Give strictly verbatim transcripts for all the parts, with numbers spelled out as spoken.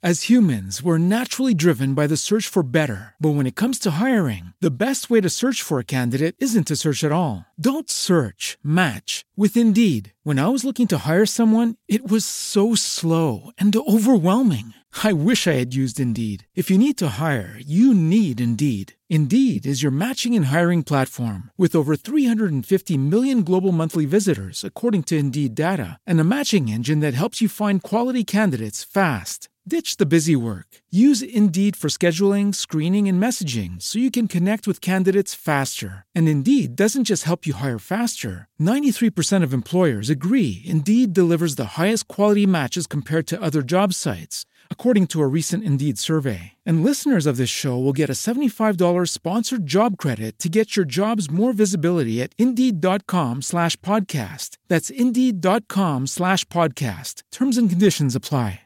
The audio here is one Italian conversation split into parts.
As humans, we're naturally driven by the search for better. But when it comes to hiring, the best way to search for a candidate isn't to search at all. Don't search, match with Indeed. When I was looking to hire someone, it was so slow and overwhelming. I wish I had used Indeed. If you need to hire, you need Indeed. Indeed is your matching and hiring platform with over three hundred fifty million global monthly visitors, according to Indeed data, and a matching engine that helps you find quality candidates fast. Ditch the busy work. Use Indeed for scheduling, screening, and messaging so you can connect with candidates faster. And Indeed doesn't just help you hire faster. ninety-three percent of employers agree Indeed delivers the highest quality matches compared to other job sites, according to a recent Indeed survey. And listeners of this show will get a seventy-five dollars sponsored job credit to get your jobs more visibility at Indeed.com slash podcast. That's Indeed.com slash podcast. Terms and conditions apply.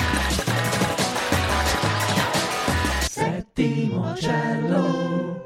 Settimo cielo.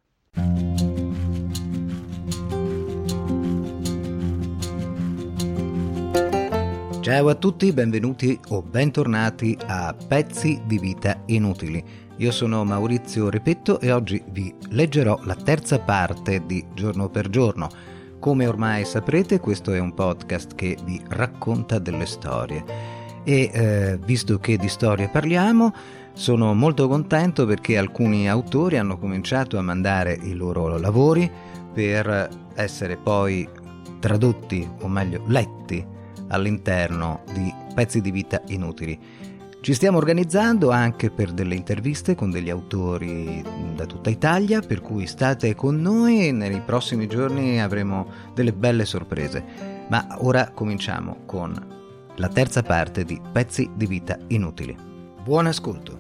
Ciao a tutti, benvenuti o bentornati a Pezzi di vita inutili. Io sono Maurizio Repetto e oggi vi leggerò la terza parte di Giorno per Giorno. Come ormai saprete, questo è un podcast che vi racconta delle storie e eh, visto che di storie parliamo, sono molto contento perché alcuni autori hanno cominciato a mandare i loro lavori per essere poi tradotti, o meglio letti, all'interno di Pezzi di vita inutili. Ci stiamo organizzando anche per delle interviste con degli autori da tutta Italia, per cui state con noi e nei prossimi giorni avremo delle belle sorprese. Ma ora cominciamo con la terza parte di Pezzi di vita inutili. Buon ascolto!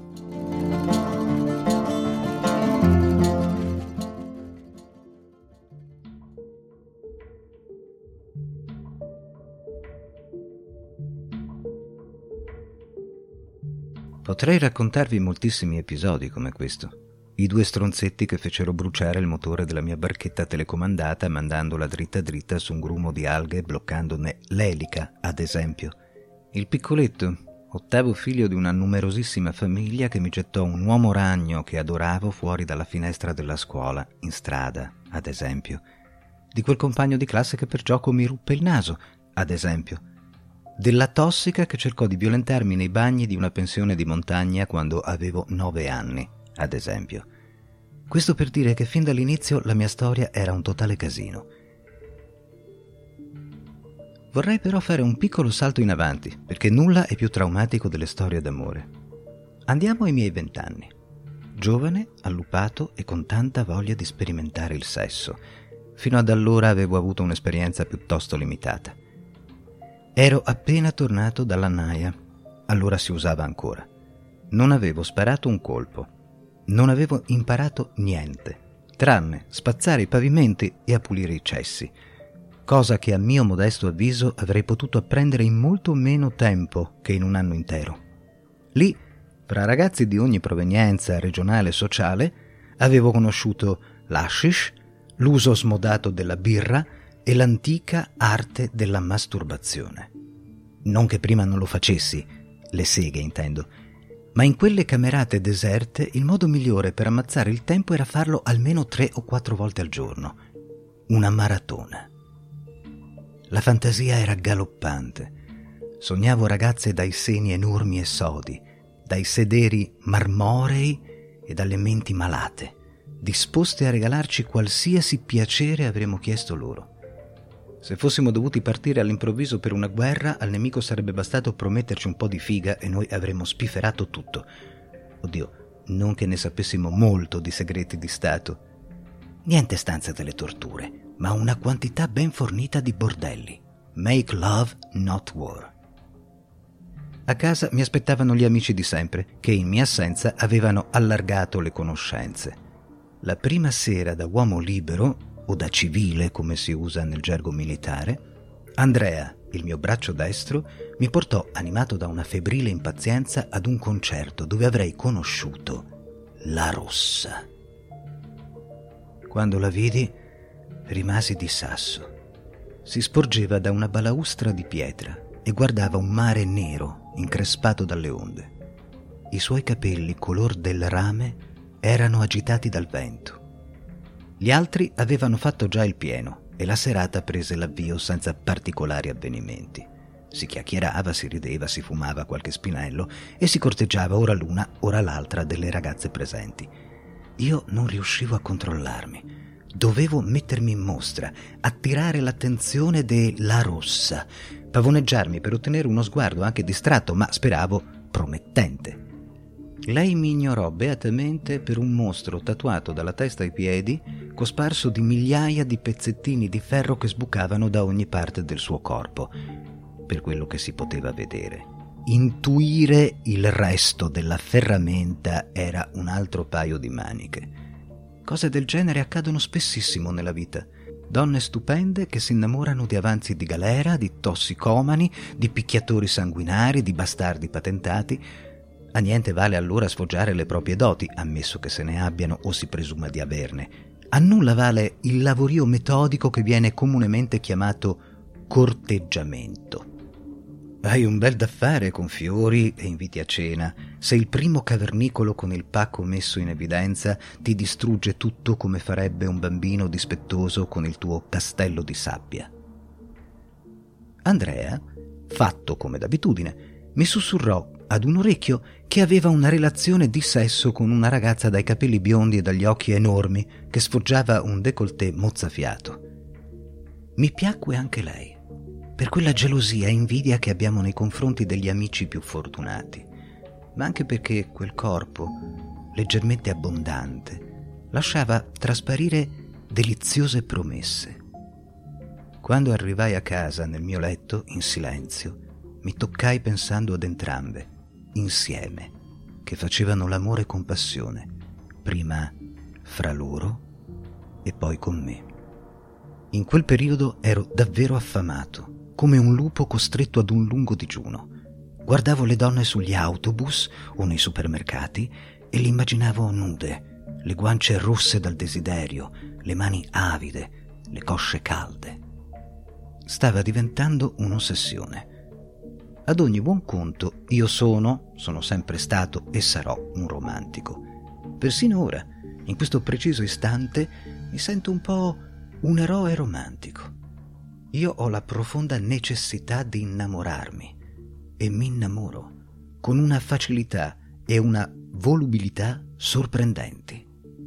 Potrei raccontarvi moltissimi episodi come questo. I due stronzetti che fecero bruciare il motore della mia barchetta telecomandata mandandola dritta dritta su un grumo di alghe bloccandone l'elica, ad esempio. Il piccoletto, ottavo figlio di una numerosissima famiglia che mi gettò un uomo ragno che adoravo fuori dalla finestra della scuola, in strada, ad esempio. Di quel compagno di classe che per gioco mi ruppe il naso, ad esempio. Della tossica che cercò di violentarmi nei bagni di una pensione di montagna quando avevo nove anni, ad esempio. Questo per dire che fin dall'inizio la mia storia era un totale casino. Vorrei però fare un piccolo salto in avanti, perché nulla è più traumatico delle storie d'amore. Andiamo ai miei vent'anni. Giovane, allupato e con tanta voglia di sperimentare il sesso. Fino ad allora avevo avuto un'esperienza piuttosto limitata. Ero appena tornato dalla naia, allora si usava ancora. Non avevo sparato un colpo, non avevo imparato niente, tranne spazzare i pavimenti e a pulire i cessi, cosa che a mio modesto avviso avrei potuto apprendere in molto meno tempo che in un anno intero. Lì, fra ragazzi di ogni provenienza regionale e sociale, avevo conosciuto l'hashish, l'uso smodato della birra e l'antica arte della masturbazione. Non che prima non lo facessi, le seghe intendo, ma in quelle camerate deserte il modo migliore per ammazzare il tempo era farlo almeno tre o quattro volte al giorno. Una maratona. La fantasia era galoppante. Sognavo ragazze dai seni enormi e sodi, dai sederi marmorei e dalle menti malate, disposte a regalarci qualsiasi piacere avremmo chiesto loro. Se fossimo dovuti partire all'improvviso per una guerra, al nemico sarebbe bastato prometterci un po' di figa e noi avremmo spifferato tutto. Oddio, non che ne sapessimo molto di segreti di Stato. Niente stanze delle torture, ma una quantità ben fornita di bordelli. Make love, not war. A casa mi aspettavano gli amici di sempre, che in mia assenza avevano allargato le conoscenze. La prima sera da uomo libero, o da civile come si usa nel gergo militare, Andrea, il mio braccio destro, mi portò, animato da una febbrile impazienza, ad un concerto dove avrei conosciuto la Rossa. Quando la vidi, rimasi di sasso. Si sporgeva da una balaustra di pietra e guardava un mare nero increspato dalle onde. I suoi capelli color del rame erano agitati dal vento. Gli altri avevano fatto già il pieno e la serata prese l'avvio senza particolari avvenimenti. Si chiacchierava, si rideva, si fumava qualche spinello e si corteggiava ora l'una, ora l'altra delle ragazze presenti. Io non riuscivo a controllarmi. Dovevo mettermi in mostra, attirare l'attenzione della rossa, pavoneggiarmi per ottenere uno sguardo anche distratto, ma speravo promettente. Lei mi ignorò beatamente per un mostro tatuato dalla testa ai piedi, cosparso di migliaia di pezzettini di ferro che sbucavano da ogni parte del suo corpo. Per quello che si poteva vedere, intuire il resto della ferramenta era un altro paio di maniche. Cose del genere accadono spessissimo nella vita. Donne stupende che si innamorano di avanzi di galera, di tossicomani, di picchiatori sanguinari, di bastardi patentati. A niente vale allora sfoggiare le proprie doti, ammesso che se ne abbiano o si presuma di averne. A nulla vale il lavorio metodico che viene comunemente chiamato corteggiamento. Hai un bel da fare con fiori e inviti a cena, se il primo cavernicolo con il pacco messo in evidenza ti distrugge tutto come farebbe un bambino dispettoso con il tuo castello di sabbia. Andrea, fatto come d'abitudine, mi sussurrò ad un orecchio che aveva una relazione di sesso con una ragazza dai capelli biondi e dagli occhi enormi che sfoggiava un décolleté mozzafiato. Mi piacque anche lei, per quella gelosia e invidia che abbiamo nei confronti degli amici più fortunati, ma anche perché quel corpo, leggermente abbondante, lasciava trasparire deliziose promesse. Quando arrivai a casa nel mio letto, in silenzio, mi toccai pensando ad entrambe, insieme, che facevano l'amore con passione, prima fra loro e poi con me. In quel periodo ero davvero affamato, come un lupo costretto ad un lungo digiuno. Guardavo le donne sugli autobus o nei supermercati e le immaginavo nude, le guance rosse dal desiderio, le mani avide, le cosce calde. Stava diventando un'ossessione. Ad ogni buon conto io sono, sono sempre stato e sarò un romantico. Persino ora, in questo preciso istante, mi sento un po' un eroe romantico. Io ho la profonda necessità di innamorarmi e mi innamoro con una facilità e una volubilità sorprendenti.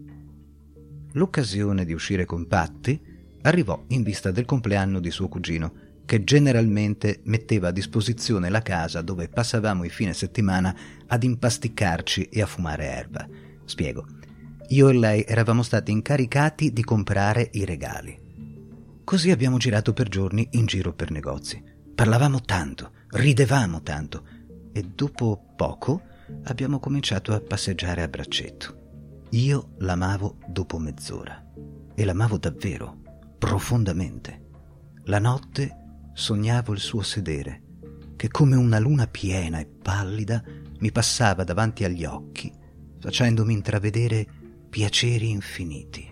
L'occasione di uscire con Patti arrivò in vista del compleanno di suo cugino, che generalmente metteva a disposizione la casa dove passavamo i fine settimana ad impasticcarci e a fumare erba. Spiego. Io e lei eravamo stati incaricati di comprare i regali. Così abbiamo girato per giorni in giro per negozi. Parlavamo tanto, ridevamo tanto e dopo poco abbiamo cominciato a passeggiare a braccetto. Io l'amavo dopo mezz'ora e l'amavo davvero, profondamente. La notte sognavo il suo sedere, che come una luna piena e pallida mi passava davanti agli occhi, facendomi intravedere piaceri infiniti.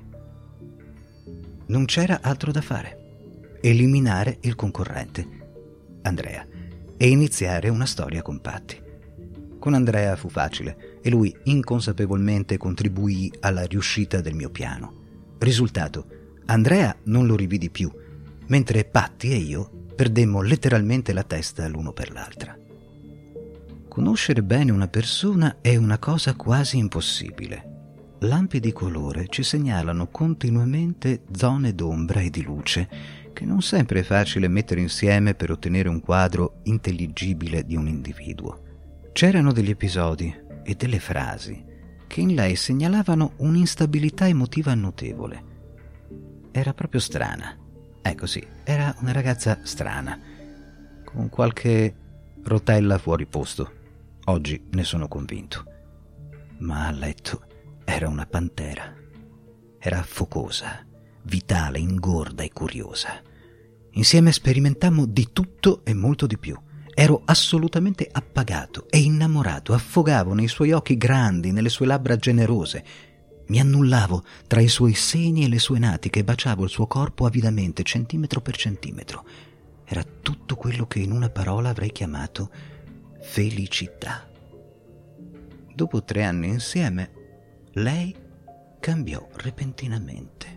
Non c'era altro da fare. Eliminare il concorrente, Andrea, e iniziare una storia con Patti. Con Andrea fu facile e lui inconsapevolmente contribuì alla riuscita del mio piano. Risultato: Andrea non lo rividi più, mentre Patti e io perdemmo letteralmente la testa l'uno per l'altra. Conoscere bene una persona è una cosa quasi impossibile. Lampi di colore ci segnalano continuamente zone d'ombra e di luce che non sempre è facile mettere insieme per ottenere un quadro intelligibile di un individuo. C'erano degli episodi e delle frasi che in lei segnalavano un'instabilità emotiva notevole. Era proprio strana. Ecco sì, era una ragazza strana, con qualche rotella fuori posto. Oggi ne sono convinto. Ma a letto era una pantera. Era focosa, vitale, ingorda e curiosa. Insieme sperimentammo di tutto e molto di più. Ero assolutamente appagato e innamorato, affogavo nei suoi occhi grandi, nelle sue labbra generose. Mi annullavo tra i suoi seni e le sue natiche e baciavo il suo corpo avidamente, centimetro per centimetro. Era tutto quello che in una parola avrei chiamato felicità. dopo tre anni insieme, lei cambiò repentinamente.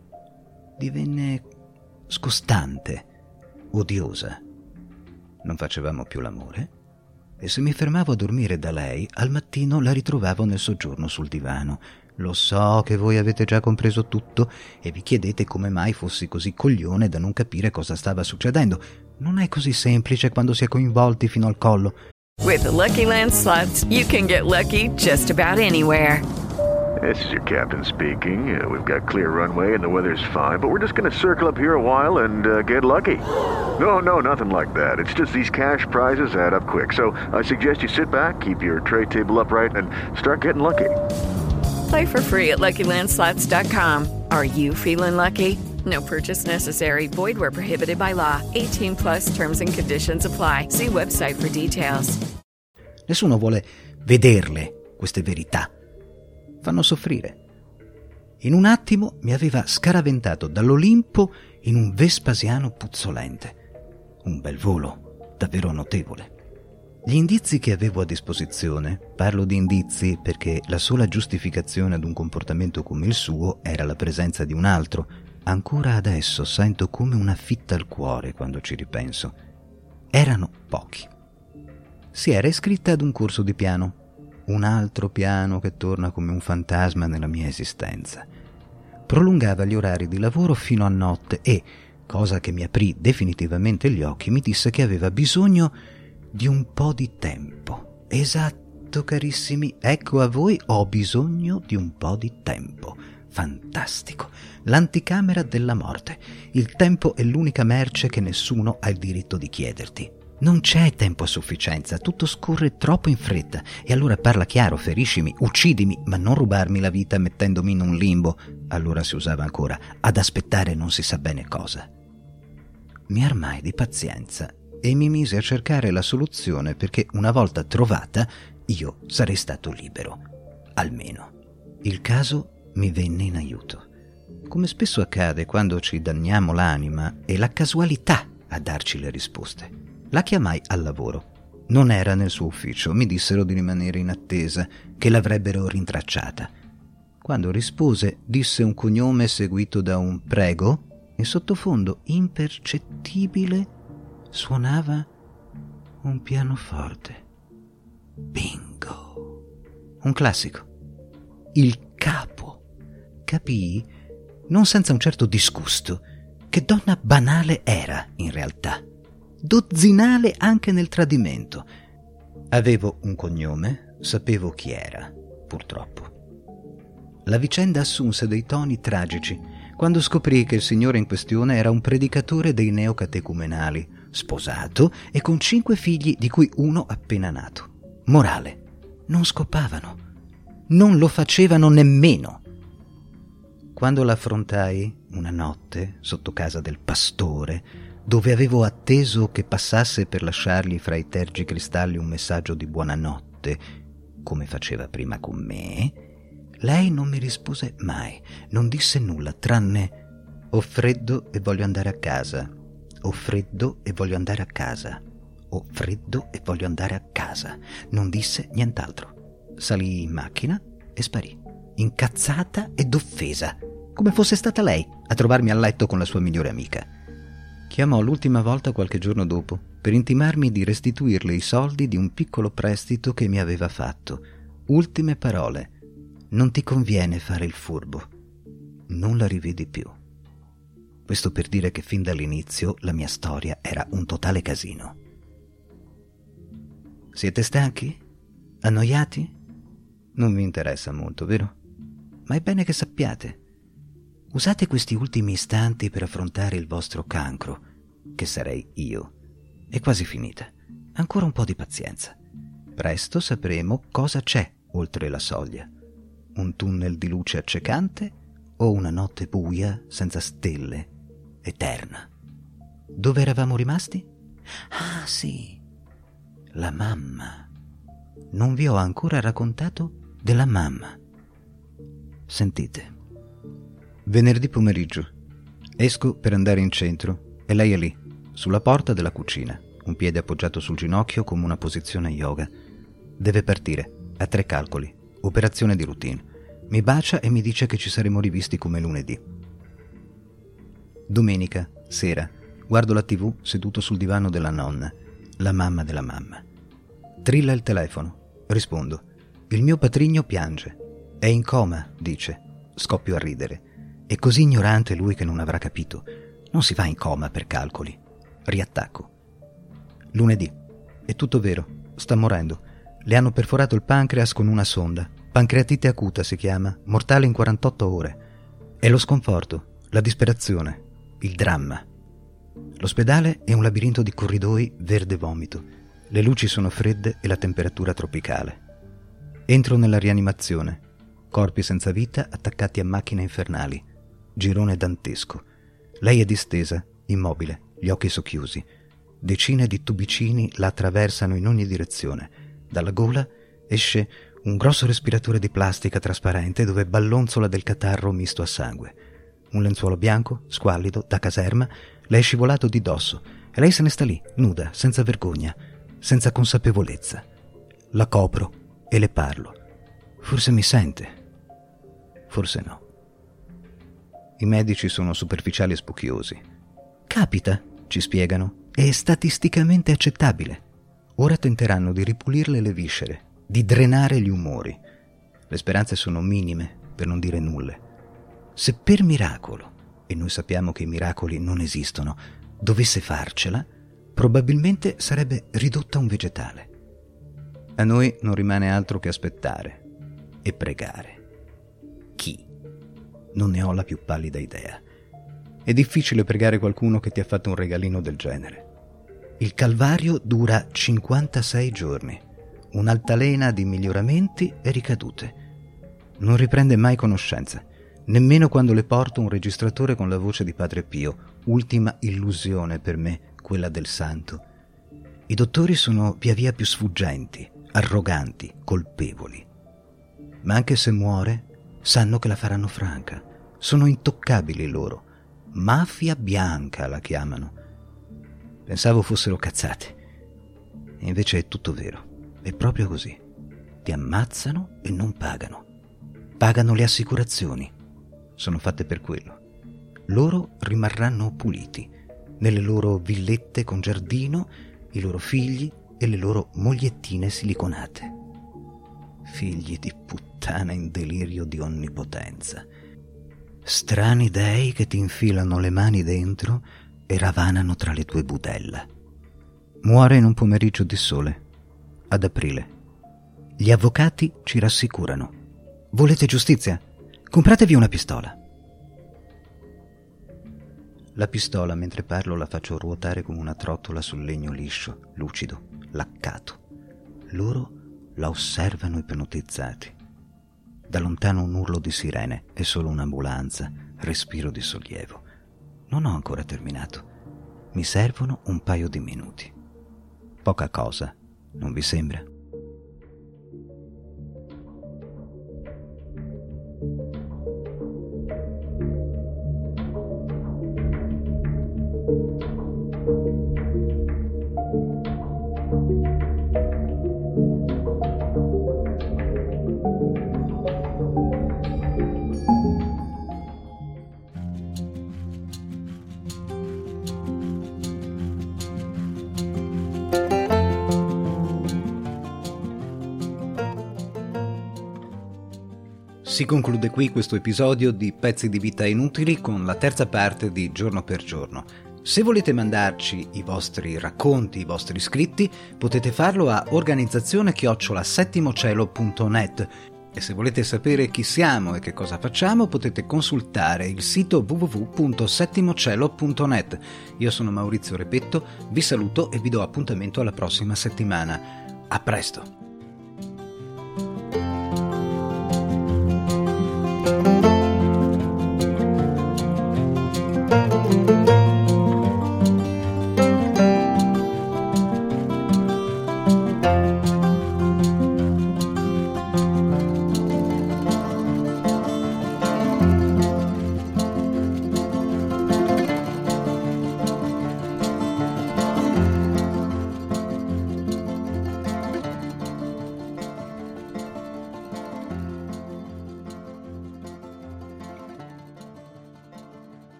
Divenne scostante, odiosa. Non facevamo più l'amore e se mi fermavo a dormire da lei, al mattino la ritrovavo nel soggiorno sul divano. Lo so che voi avete già compreso tutto e vi chiedete come mai fossi così coglione da non capire cosa stava succedendo. Non è così semplice quando si è coinvolti fino al collo. With the Lucky Land Slots, you can get lucky just about anywhere. This is your captain speaking. Uh, we've got clear runway and the weather's fine, but we're just going to circle up here a while and uh, get lucky. No, no, nothing like that. It's just these cash prizes add up quick. So I suggest you sit back, keep your tray table upright, and start getting lucky. Play for free at Lucky Land Slots dot com. Are you feeling lucky? No purchase necessary. Void where prohibited by law. eighteen plus terms and conditions apply. See website for details. Nessuno vuole vederle, queste verità. Fanno soffrire. In un attimo mi aveva scaraventato dall'Olimpo in un vespasiano puzzolente. Un bel volo, davvero notevole. Gli indizi che avevo a disposizione, parlo di indizi perché la sola giustificazione ad un comportamento come il suo era la presenza di un altro. Ancora adesso sento come una fitta al cuore quando ci ripenso. Erano pochi. Si era iscritta ad un corso di piano. Un altro piano che torna come un fantasma nella mia esistenza. Prolungava gli orari di lavoro fino a notte e, cosa che mi aprì definitivamente gli occhi, mi disse che aveva bisogno di un po' di tempo. Esatto, carissimi, ecco a voi, ho bisogno di un po' di tempo. Fantastico. L'anticamera della morte. Il tempo è l'unica merce che nessuno ha il diritto di chiederti. Non c'è tempo a sufficienza, tutto scorre troppo in fretta. E allora parla chiaro, feriscimi, uccidimi, ma non rubarmi la vita mettendomi in un limbo. Allora si usava ancora, ad aspettare non si sa bene cosa. Mi armai di pazienza e mi mise a cercare la soluzione perché una volta trovata io sarei stato libero. Almeno. Il caso mi venne in aiuto. Come spesso accade quando ci danniamo l'anima, è la casualità a darci le risposte. La chiamai al lavoro. Non era nel suo ufficio, mi dissero di rimanere in attesa, che l'avrebbero rintracciata. Quando rispose, disse un cognome seguito da un prego e sottofondo impercettibile suonava un pianoforte. Bingo! Un classico. Il capo. Capii, non senza un certo disgusto, che donna banale era in realtà. Dozzinale anche nel tradimento. Avevo un cognome, sapevo chi era, purtroppo. La vicenda assunse dei toni tragici quando scoprì che il signore in questione era un predicatore dei neocatecumenali, sposato e con cinque figli di cui uno appena nato. Morale, non scopavano, non lo facevano nemmeno. Quando l'affrontai una notte sotto casa del pastore, dove avevo atteso che passasse per lasciargli fra i tergi cristalli un messaggio di buonanotte, come faceva prima con me, lei non mi rispose mai, non disse nulla, tranne «Ho freddo e voglio andare a casa, ho freddo e voglio andare a casa, ho freddo e voglio andare a casa». Non disse nient'altro. Salì in macchina e sparì, incazzata ed offesa, come fosse stata lei a trovarmi a letto con la sua migliore amica. Chiamò l'ultima volta qualche giorno dopo per intimarmi di restituirle i soldi di un piccolo prestito che mi aveva fatto. Ultime parole: non ti conviene fare il furbo. Non la rivedi più. Questo per dire che fin dall'inizio la mia storia era un totale casino. Siete stanchi? Annoiati? Non vi interessa molto, vero? Ma è bene che sappiate. Usate questi ultimi istanti per affrontare il vostro cancro, che sarei io. È quasi finita. Ancora un po' di pazienza. Presto sapremo cosa c'è oltre la soglia. Un tunnel di luce accecante o una notte buia senza stelle, eterna. Dove eravamo rimasti? Ah, sì. La mamma. Non vi ho ancora raccontato della mamma. Sentite. Venerdì pomeriggio. Esco per andare in centro e lei è lì, sulla porta della cucina, un piede appoggiato sul ginocchio come una posizione yoga. Deve partire. A tre calcoli, operazione di routine. Mi bacia e mi dice che ci saremo rivisti come lunedì. Domenica, sera, guardo la tivù seduto sul divano della nonna, la mamma della mamma. Trilla il telefono. Rispondo. Il mio patrigno piange. È in coma, dice. Scoppio a ridere. È così ignorante lui che non avrà capito. Non si va in coma per calcoli. Riattacco. Lunedì. È tutto vero. Sta morendo. Le hanno perforato il pancreas con una sonda. Pancreatite acuta si chiama, mortale in quarantotto ore. È lo sconforto, la disperazione, il dramma. L'ospedale è un labirinto di corridoi verde vomito. Le luci sono fredde e la temperatura tropicale. Entro nella rianimazione. Corpi senza vita attaccati a macchine infernali. Girone dantesco. Lei è distesa, immobile, gli occhi socchiusi. Decine di tubicini la attraversano in ogni direzione. Dalla gola esce un grosso respiratore di plastica trasparente dove ballonzola del catarro misto a sangue. Un lenzuolo bianco, squallido, da caserma, le è scivolato di dosso e lei se ne sta lì, nuda, senza vergogna, senza consapevolezza. La copro e le parlo. Forse mi sente, forse no. I medici sono superficiali e spocchiosi. Capita, ci spiegano, è statisticamente accettabile. Ora tenteranno di ripulirle le viscere, di drenare gli umori. Le speranze sono minime, per non dire nulle. Se per miracolo, e noi sappiamo che i miracoli non esistono, dovesse farcela, probabilmente sarebbe ridotta a un vegetale. A noi non rimane altro che aspettare e pregare. Chi? Non ne ho la più pallida idea. È difficile pregare qualcuno che ti ha fatto un regalino del genere. Il calvario dura cinquantasei giorni, un'altalena di miglioramenti e ricadute. Non riprende mai conoscenza, nemmeno quando le porto un registratore con la voce di Padre Pio, ultima illusione per me, quella del santo. I dottori sono via via più sfuggenti, arroganti, colpevoli. Ma anche se muore, sanno che la faranno franca. Sono intoccabili loro. Mafia bianca la chiamano. Pensavo fossero cazzate. E invece è tutto vero. È proprio così. Ti ammazzano e non pagano. Pagano le assicurazioni. Sono fatte per quello. Loro rimarranno puliti, nelle loro villette con giardino, i loro figli e le loro mogliettine siliconate. Figli di puttana in delirio di onnipotenza. Strani dei che ti infilano le mani dentro e ravanano tra le tue budella. Muore in un pomeriggio di sole, ad aprile. Gli avvocati ci rassicurano. Volete giustizia? Compratevi una pistola. La pistola, mentre parlo, la faccio ruotare come una trottola sul legno liscio, lucido, laccato. Loro la osservano ipnotizzati. Da lontano un urlo di sirene, è solo un'ambulanza, respiro di sollievo. Non ho ancora terminato. Mi servono un paio di minuti. Poca cosa, non vi sembra? Si conclude qui questo episodio di Pezzi di vita inutili con la terza parte di Giorno per Giorno. Se volete mandarci i vostri racconti, i vostri scritti, potete farlo a organizzazione chiocciola settimo-cielo punto net e se volete sapere chi siamo e che cosa facciamo potete consultare il sito w w w punto settimo-cielo punto net. Io sono Maurizio Repetto, vi saluto e vi do appuntamento alla prossima settimana. A presto!